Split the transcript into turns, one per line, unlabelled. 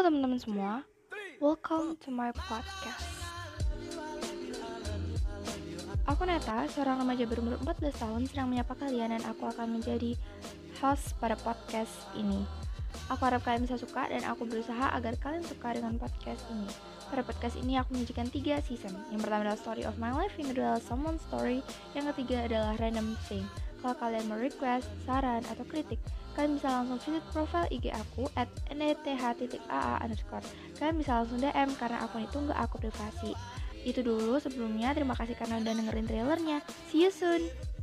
teman-teman semua, welcome to my podcast. Aku Neta, seorang remaja berumur 14 tahun sedang menyapa kalian dan aku akan menjadi host pada podcast ini. Aku harap kalian bisa suka dan aku berusaha agar kalian suka dengan podcast ini. Pada podcast ini aku menyajikan 3 season. Yang pertama adalah Story of My Life, yang kedua adalah Someone's Story, yang ketiga adalah Random Thing. Kalau kalian mau request, saran, atau kritik, kalian bisa langsung visit profile IG aku @neth_aa_. Kalian bisa langsung DM karena akun itu nggak aku privasi. Itu dulu sebelumnya, terima kasih karena udah dengerin trailernya. See you soon!